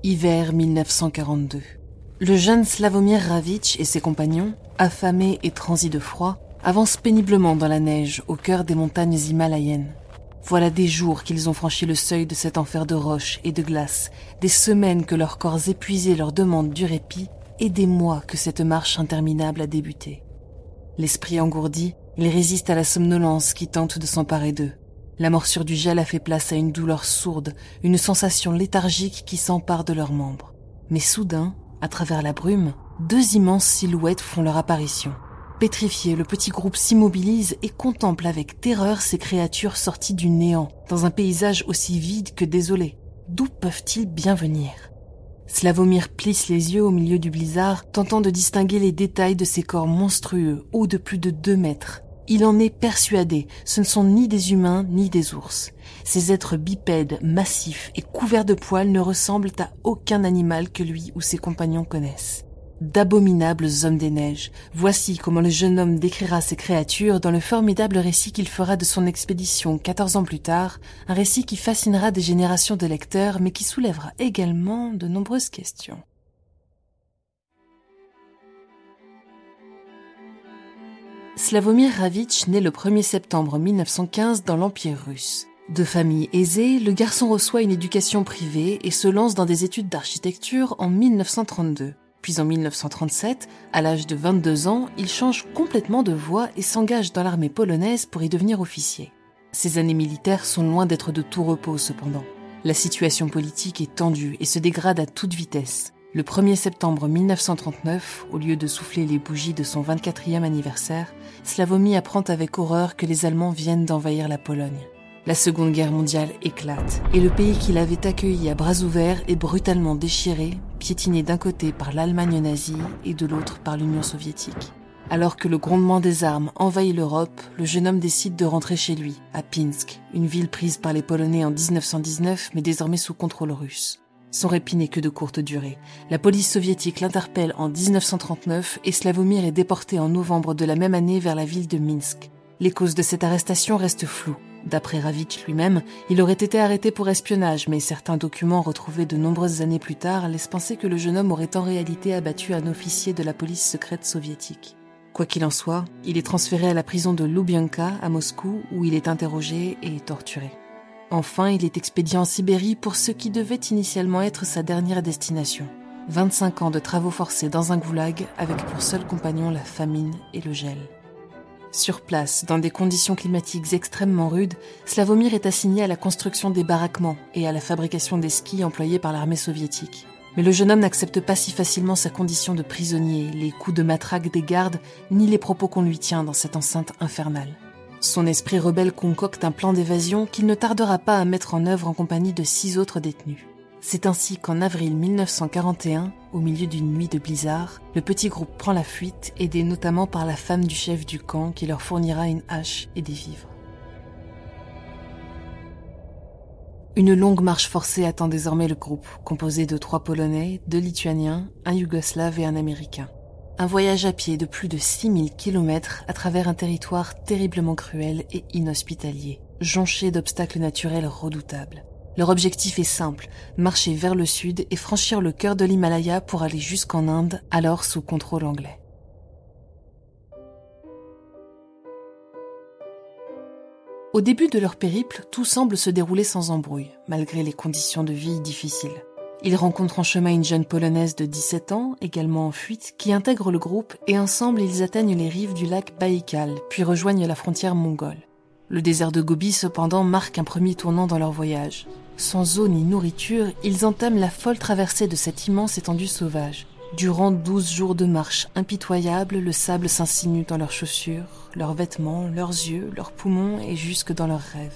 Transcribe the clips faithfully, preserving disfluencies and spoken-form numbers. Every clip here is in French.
Hiver mille neuf cent quarante-deux. Le jeune Slavomir Ravitch et ses compagnons, affamés et transis de froid, avancent péniblement dans la neige au cœur des montagnes himalayennes. Voilà des jours qu'ils ont franchi le seuil de cet enfer de roches et de glace, des semaines que leurs corps épuisés leur demandent du répit et des mois que cette marche interminable a débuté. L'esprit engourdi, ils résistent à la somnolence qui tente de s'emparer d'eux. La morsure du gel a fait place à une douleur sourde, une sensation léthargique qui s'empare de leurs membres. Mais soudain, à travers la brume, deux immenses silhouettes font leur apparition. Pétrifié, le petit groupe s'immobilise et contemple avec terreur ces créatures sorties du néant, dans un paysage aussi vide que désolé. D'où peuvent-ils bien venir ? Slavomir plisse les yeux au milieu du blizzard, tentant de distinguer les détails de ces corps monstrueux, hauts de plus de deux mètres. Il en est persuadé, ce ne sont ni des humains ni des ours. Ces êtres bipèdes, massifs et couverts de poils ne ressemblent à aucun animal que lui ou ses compagnons connaissent. D'abominables hommes des neiges. Voici comment le jeune homme décrira ces créatures dans le formidable récit qu'il fera de son expédition quatorze ans plus tard, un récit qui fascinera des générations de lecteurs mais qui soulèvera également de nombreuses questions. Slavomir Ravitch naît le premier septembre mille neuf cent quinze dans l'Empire russe. De famille aisée, le garçon reçoit une éducation privée et se lance dans des études d'architecture en mille neuf cent trente-deux. Puis en mille neuf cent trente-sept, à l'âge de vingt-deux ans, il change complètement de voie et s'engage dans l'armée polonaise pour y devenir officier. Ces années militaires sont loin d'être de tout repos cependant. La situation politique est tendue et se dégrade à toute vitesse. Le premier septembre mille neuf cent trente-neuf, au lieu de souffler les bougies de son vingt-quatrième anniversaire, Slavomir apprend avec horreur que les Allemands viennent d'envahir la Pologne. La Seconde Guerre mondiale éclate, et le pays qu'il avait accueilli à bras ouverts est brutalement déchiré, piétiné d'un côté par l'Allemagne nazie et de l'autre par l'Union soviétique. Alors que le grondement des armes envahit l'Europe, le jeune homme décide de rentrer chez lui, à Pinsk, une ville prise par les Polonais en dix-neuf cent dix-neuf mais désormais sous contrôle russe. Son répit n'est que de courte durée. La police soviétique l'interpelle en dix-neuf cent trente-neuf et Slavomir est déporté en novembre de la même année vers la ville de Minsk. Les causes de cette arrestation restent floues. D'après Ravitch lui-même, il aurait été arrêté pour espionnage, mais certains documents retrouvés de nombreuses années plus tard laissent penser que le jeune homme aurait en réalité abattu un officier de la police secrète soviétique. Quoi qu'il en soit, il est transféré à la prison de Loubianka à Moscou où il est interrogé et torturé. Enfin, il est expédié en Sibérie pour ce qui devait initialement être sa dernière destination. vingt-cinq ans de travaux forcés dans un goulag avec pour seul compagnon la famine et le gel. Sur place, dans des conditions climatiques extrêmement rudes, Slavomir est assigné à la construction des baraquements et à la fabrication des skis employés par l'armée soviétique. Mais le jeune homme n'accepte pas si facilement sa condition de prisonnier, les coups de matraque des gardes, ni les propos qu'on lui tient dans cette enceinte infernale. Son esprit rebelle concocte un plan d'évasion qu'il ne tardera pas à mettre en œuvre en compagnie de six autres détenus. C'est ainsi qu'en avril mille neuf cent quarante et un, au milieu d'une nuit de blizzard, le petit groupe prend la fuite, aidé notamment par la femme du chef du camp qui leur fournira une hache et des vivres. Une longue marche forcée attend désormais le groupe, composé de trois Polonais, deux Lituaniens, un Yougoslave et un Américain. Un voyage à pied de plus de six mille kilomètres à travers un territoire terriblement cruel et inhospitalier, jonché d'obstacles naturels redoutables. Leur objectif est simple, marcher vers le sud et franchir le cœur de l'Himalaya pour aller jusqu'en Inde, alors sous contrôle anglais. Au début de leur périple, tout semble se dérouler sans embrouille, malgré les conditions de vie difficiles. Ils rencontrent en chemin une jeune Polonaise de dix-sept ans, également en fuite, qui intègre le groupe et ensemble ils atteignent les rives du lac Baïkal, puis rejoignent la frontière mongole. Le désert de Gobi, cependant, marque un premier tournant dans leur voyage. Sans eau ni nourriture, ils entament la folle traversée de cette immense étendue sauvage. Durant douze jours de marche impitoyable, le sable s'insinue dans leurs chaussures, leurs vêtements, leurs yeux, leurs poumons et jusque dans leurs rêves.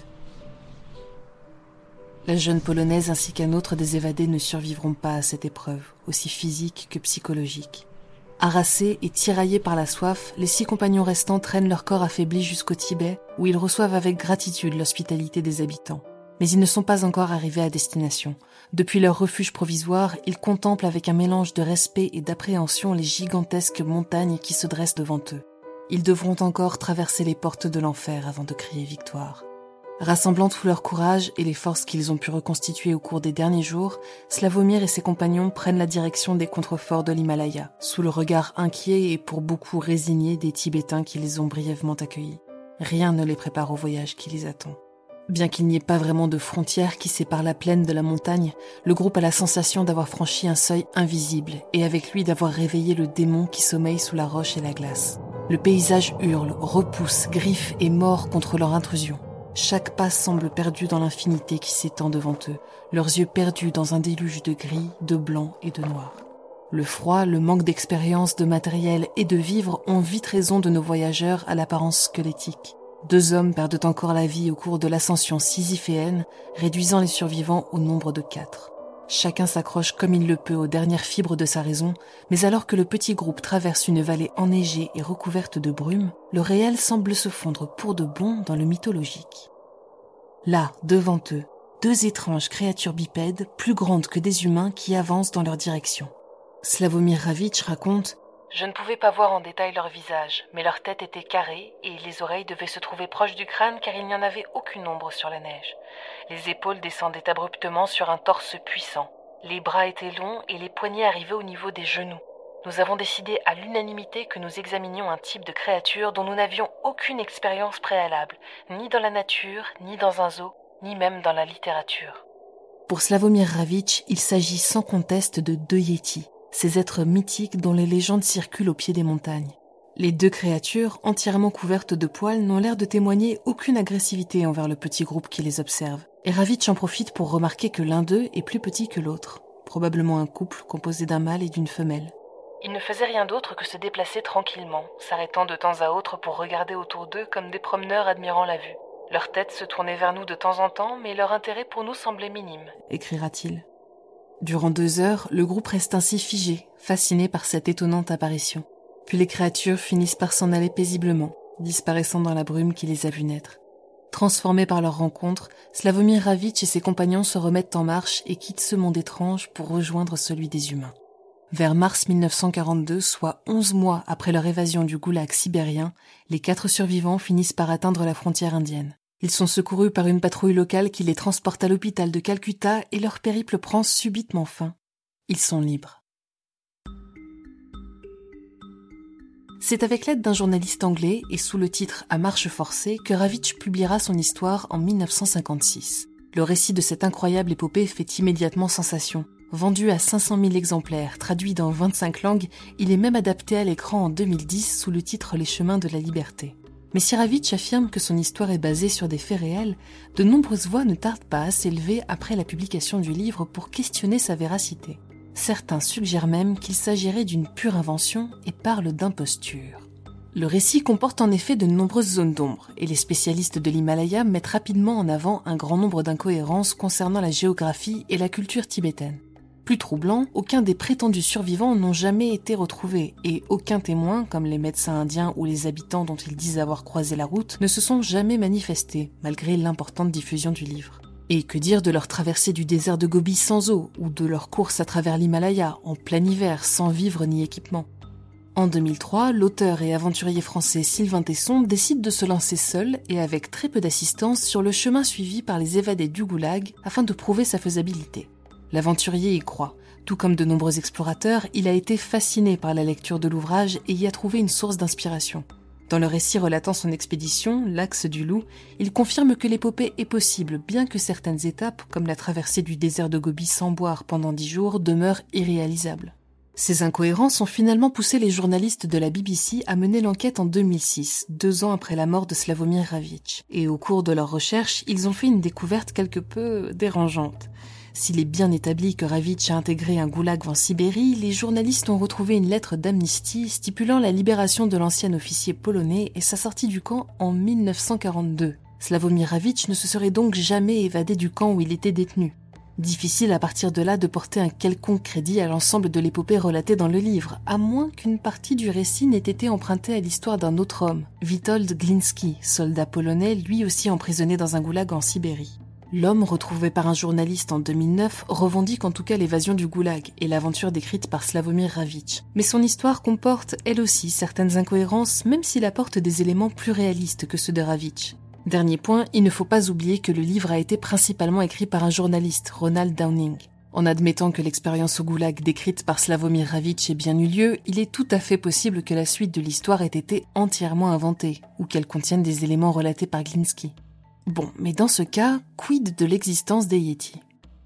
La jeune Polonaise ainsi qu'un autre des évadés ne survivront pas à cette épreuve, aussi physique que psychologique. Harassés et tiraillés par la soif, les six compagnons restants traînent leur corps affaibli jusqu'au Tibet, où ils reçoivent avec gratitude l'hospitalité des habitants. Mais ils ne sont pas encore arrivés à destination. Depuis leur refuge provisoire, ils contemplent avec un mélange de respect et d'appréhension les gigantesques montagnes qui se dressent devant eux. Ils devront encore traverser les portes de l'enfer avant de crier victoire. Rassemblant tout leur courage et les forces qu'ils ont pu reconstituer au cours des derniers jours, Slavomir et ses compagnons prennent la direction des contreforts de l'Himalaya, sous le regard inquiet et pour beaucoup résigné des Tibétains qui les ont brièvement accueillis. Rien ne les prépare au voyage qui les attend. Bien qu'il n'y ait pas vraiment de frontière qui sépare la plaine de la montagne, le groupe a la sensation d'avoir franchi un seuil invisible et avec lui d'avoir réveillé le démon qui sommeille sous la roche et la glace. Le paysage hurle, repousse, griffe et mord contre leur intrusion. Chaque pas semble perdu dans l'infinité qui s'étend devant eux, leurs yeux perdus dans un déluge de gris, de blanc et de noir. Le froid, le manque d'expérience, de matériel et de vivres ont vite raison de nos voyageurs à l'apparence squelettique. Deux hommes perdent encore la vie au cours de l'ascension sisyphéenne, réduisant les survivants au nombre de quatre. Chacun s'accroche comme il le peut aux dernières fibres de sa raison, mais alors que le petit groupe traverse une vallée enneigée et recouverte de brume, le réel semble se fondre pour de bon dans le mythologique. Là, devant eux, deux étranges créatures bipèdes, plus grandes que des humains, qui avancent dans leur direction. Slavomir Ravitch raconte « Je ne pouvais pas voir en détail leur visage, mais leur tête était carrée et les oreilles devaient se trouver proches du crâne car il n'y en avait aucune ombre sur la neige. Les épaules descendaient abruptement sur un torse puissant. Les bras étaient longs et les poignets arrivaient au niveau des genoux. Nous avons décidé à l'unanimité que nous examinions un type de créature dont nous n'avions aucune expérience préalable, ni dans la nature, ni dans un zoo, ni même dans la littérature. » Pour Slavomir Ravitch, il s'agit sans conteste de deux yétis, ces êtres mythiques dont les légendes circulent au pied des montagnes. Les deux créatures, entièrement couvertes de poils, n'ont l'air de témoigner aucune agressivité envers le petit groupe qui les observe. Et Ravitch en profite pour remarquer que l'un d'eux est plus petit que l'autre, probablement un couple composé d'un mâle et d'une femelle. Ils ne faisaient rien d'autre que se déplacer tranquillement, s'arrêtant de temps à autre pour regarder autour d'eux comme des promeneurs admirant la vue. Leur tête se tournait vers nous de temps en temps, mais leur intérêt pour nous semblait minime, écrira-t-il. Durant deux heures, le groupe reste ainsi figé, fasciné par cette étonnante apparition. Puis les créatures finissent par s'en aller paisiblement, disparaissant dans la brume qui les a vus naître. Transformés par leur rencontre, Slavomir Ravitch et ses compagnons se remettent en marche et quittent ce monde étrange pour rejoindre celui des humains. Vers mars mille neuf cent quarante-deux, soit onze mois après leur évasion du goulag sibérien, les quatre survivants finissent par atteindre la frontière indienne. Ils sont secourus par une patrouille locale qui les transporte à l'hôpital de Calcutta et leur périple prend subitement fin. Ils sont libres. C'est avec l'aide d'un journaliste anglais et sous le titre « À marche forcée » que Ravitch publiera son histoire en mille neuf cent cinquante-six. Le récit de cette incroyable épopée fait immédiatement sensation. Vendu à cinq cent mille exemplaires, traduit dans vingt-cinq langues, il est même adapté à l'écran en deux mille dix sous le titre « Les chemins de la liberté ». Mais si Ravitch affirme que son histoire est basée sur des faits réels, de nombreuses voix ne tardent pas à s'élever après la publication du livre pour questionner sa véracité. Certains suggèrent même qu'il s'agirait d'une pure invention et parlent d'imposture. Le récit comporte en effet de nombreuses zones d'ombre, et les spécialistes de l'Himalaya mettent rapidement en avant un grand nombre d'incohérences concernant la géographie et la culture tibétaine. Plus troublant, aucun des prétendus survivants n'ont jamais été retrouvés, et aucun témoin, comme les médecins indiens ou les habitants dont ils disent avoir croisé la route, ne se sont jamais manifestés, malgré l'importante diffusion du livre. Et que dire de leur traversée du désert de Gobi sans eau, ou de leur course à travers l'Himalaya, en plein hiver, sans vivres ni équipement. En deux mille trois, l'auteur et aventurier français Sylvain Tesson décide de se lancer seul et avec très peu d'assistance sur le chemin suivi par les évadés du goulag afin de prouver sa faisabilité. L'aventurier y croit. Tout comme de nombreux explorateurs, il a été fasciné par la lecture de l'ouvrage et y a trouvé une source d'inspiration. Dans le récit relatant son expédition, l'Axe du Loup, il confirme que l'épopée est possible, bien que certaines étapes, comme la traversée du désert de Gobi sans boire pendant dix jours, demeurent irréalisables. Ces incohérences ont finalement poussé les journalistes de la B B C à mener l'enquête en deux mille six, deux ans après la mort de Slavomir Ravitch. Et au cours de leurs recherches, ils ont fait une découverte quelque peu dérangeante. S'il est bien établi que Ravitch a intégré un goulag en Sibérie, les journalistes ont retrouvé une lettre d'amnistie stipulant la libération de l'ancien officier polonais et sa sortie du camp en mille neuf cent quarante-deux. Slavomir Ravitch ne se serait donc jamais évadé du camp où il était détenu. Difficile à partir de là de porter un quelconque crédit à l'ensemble de l'épopée relatée dans le livre, à moins qu'une partie du récit n'ait été empruntée à l'histoire d'un autre homme, Witold Glinski, soldat polonais lui aussi emprisonné dans un goulag en Sibérie. L'homme, retrouvé par un journaliste en deux mille neuf, revendique en tout cas l'évasion du goulag et l'aventure décrite par Slavomir Ravitch. Mais son histoire comporte, elle aussi, certaines incohérences, même s'il apporte des éléments plus réalistes que ceux de Ravitch. Dernier point, il ne faut pas oublier que le livre a été principalement écrit par un journaliste, Ronald Downing. En admettant que l'expérience au goulag décrite par Sławomir Rawicz ait bien eu lieu, il est tout à fait possible que la suite de l'histoire ait été entièrement inventée, ou qu'elle contienne des éléments relatés par Glinski. Bon, mais dans ce cas, quid de l'existence des Yétis ?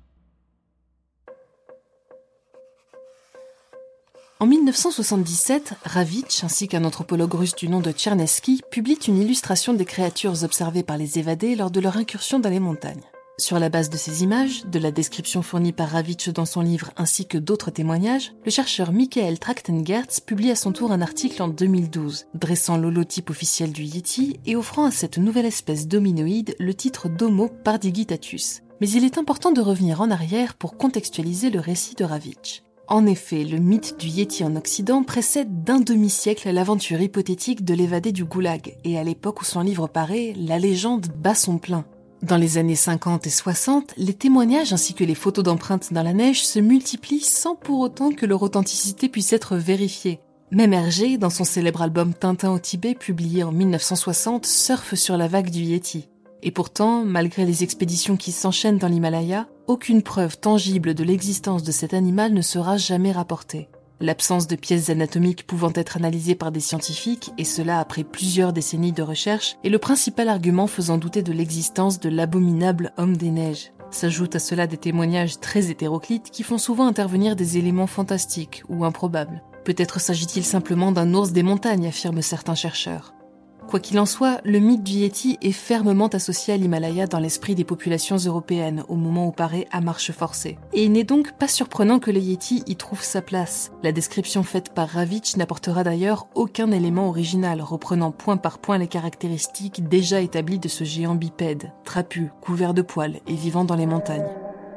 En mille neuf cent soixante-dix-sept, Rawicz, ainsi qu'un anthropologue russe du nom de Tchernevski, publient une illustration des créatures observées par les évadés lors de leur incursion dans les montagnes. Sur la base de ces images, de la description fournie par Rawicz dans son livre ainsi que d'autres témoignages, le chercheur Michael Trachtengerz publie à son tour un article en deux mille douze, dressant l'holotype officiel du Yéti et offrant à cette nouvelle espèce d'hominoïde le titre d'Homo pardigitatus. Mais il est important de revenir en arrière pour contextualiser le récit de Rawicz. En effet, le mythe du Yéti en Occident précède d'un demi-siècle l'aventure hypothétique de l'évadé du goulag, et à l'époque où son livre paraît, la légende bat son plein. Dans les années cinquante et soixante, les témoignages ainsi que les photos d'empreintes dans la neige se multiplient sans pour autant que leur authenticité puisse être vérifiée. Même Hergé, dans son célèbre album Tintin au Tibet, publié en mille neuf cent soixante, surfe sur la vague du Yéti. Et pourtant, malgré les expéditions qui s'enchaînent dans l'Himalaya, aucune preuve tangible de l'existence de cet animal ne sera jamais rapportée. L'absence de pièces anatomiques pouvant être analysées par des scientifiques, et cela après plusieurs décennies de recherche, est le principal argument faisant douter de l'existence de l'abominable homme des neiges. S'ajoutent à cela des témoignages très hétéroclites qui font souvent intervenir des éléments fantastiques ou improbables. Peut-être s'agit-il simplement d'un ours des montagnes, affirment certains chercheurs. Quoi qu'il en soit, le mythe du Yéti est fermement associé à l'Himalaya dans l'esprit des populations européennes au moment où paraît À marche forcée. Et il n'est donc pas surprenant que le Yéti y trouve sa place. La description faite par Rawicz n'apportera d'ailleurs aucun élément original, reprenant point par point les caractéristiques déjà établies de ce géant bipède, trapu, couvert de poils et vivant dans les montagnes.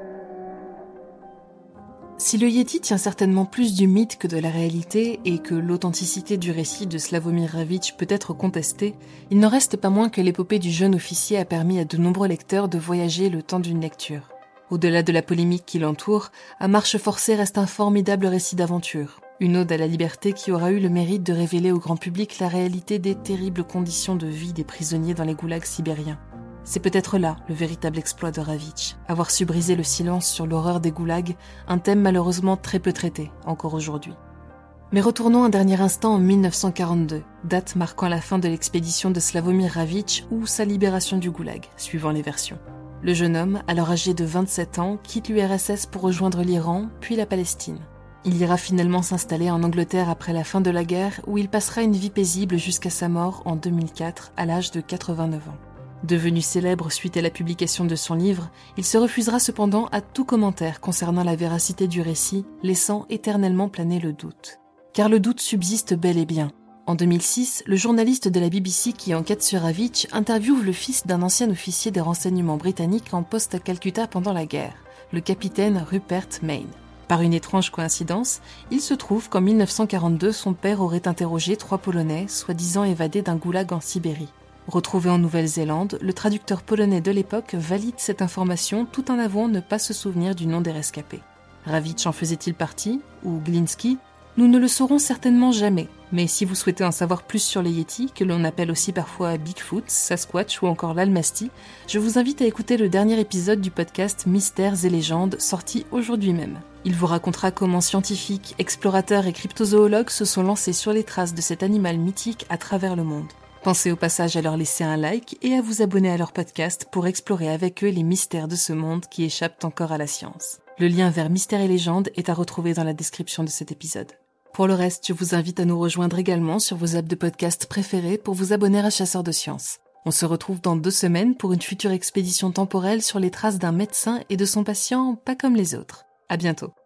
Si le Yéti tient certainement plus du mythe que de la réalité et que l'authenticité du récit de Sławomir Rawicz peut être contestée, il n'en reste pas moins que l'épopée du jeune officier a permis à de nombreux lecteurs de voyager le temps d'une lecture. Au-delà de la polémique qui l'entoure, À marche forcée reste un formidable récit d'aventure. Une ode à la liberté qui aura eu le mérite de révéler au grand public la réalité des terribles conditions de vie des prisonniers dans les goulags sibériens. C'est peut-être là le véritable exploit de Rawicz, avoir su briser le silence sur l'horreur des goulags, un thème malheureusement très peu traité, encore aujourd'hui. Mais retournons un dernier instant en mille neuf cent quarante-deux, date marquant la fin de l'expédition de Sławomir Rawicz ou sa libération du goulag, suivant les versions. Le jeune homme, alors âgé de vingt-sept ans, quitte l'U R S S pour rejoindre l'Iran, puis la Palestine. Il ira finalement s'installer en Angleterre après la fin de la guerre, où il passera une vie paisible jusqu'à sa mort en deux mille quatre, à l'âge de quatre-vingt-neuf ans. Devenu célèbre suite à la publication de son livre, il se refusera cependant à tout commentaire concernant la véracité du récit, laissant éternellement planer le doute. Car le doute subsiste bel et bien. En deux mille six, le journaliste de la B B C qui enquête sur Rawicz interviewe le fils d'un ancien officier des renseignements britanniques en poste à Calcutta pendant la guerre, le capitaine Rupert Mayne. Par une étrange coïncidence, il se trouve qu'en mille neuf cent quarante-deux, son père aurait interrogé trois Polonais, soi-disant évadés d'un goulag en Sibérie. Retrouvé en Nouvelle-Zélande, le traducteur polonais de l'époque valide cette information tout en avouant ne pas se souvenir du nom des rescapés. Rawicz en faisait-il partie, ou Glinski ? Nous ne le saurons certainement jamais, mais si vous souhaitez en savoir plus sur les Yétis, que l'on appelle aussi parfois Bigfoot, Sasquatch ou encore l'Almasty, je vous invite à écouter le dernier épisode du podcast Mystères et légendes, sorti aujourd'hui même. Il vous racontera comment scientifiques, explorateurs et cryptozoologues se sont lancés sur les traces de cet animal mythique à travers le monde. Pensez au passage à leur laisser un like et à vous abonner à leur podcast pour explorer avec eux les mystères de ce monde qui échappent encore à la science. Le lien vers Mystères et légendes est à retrouver dans la description de cet épisode. Pour le reste, je vous invite à nous rejoindre également sur vos apps de podcast préférés pour vous abonner à Chasseurs de Sciences. On se retrouve dans deux semaines pour une future expédition temporelle sur les traces d'un médecin et de son patient pas comme les autres. À bientôt.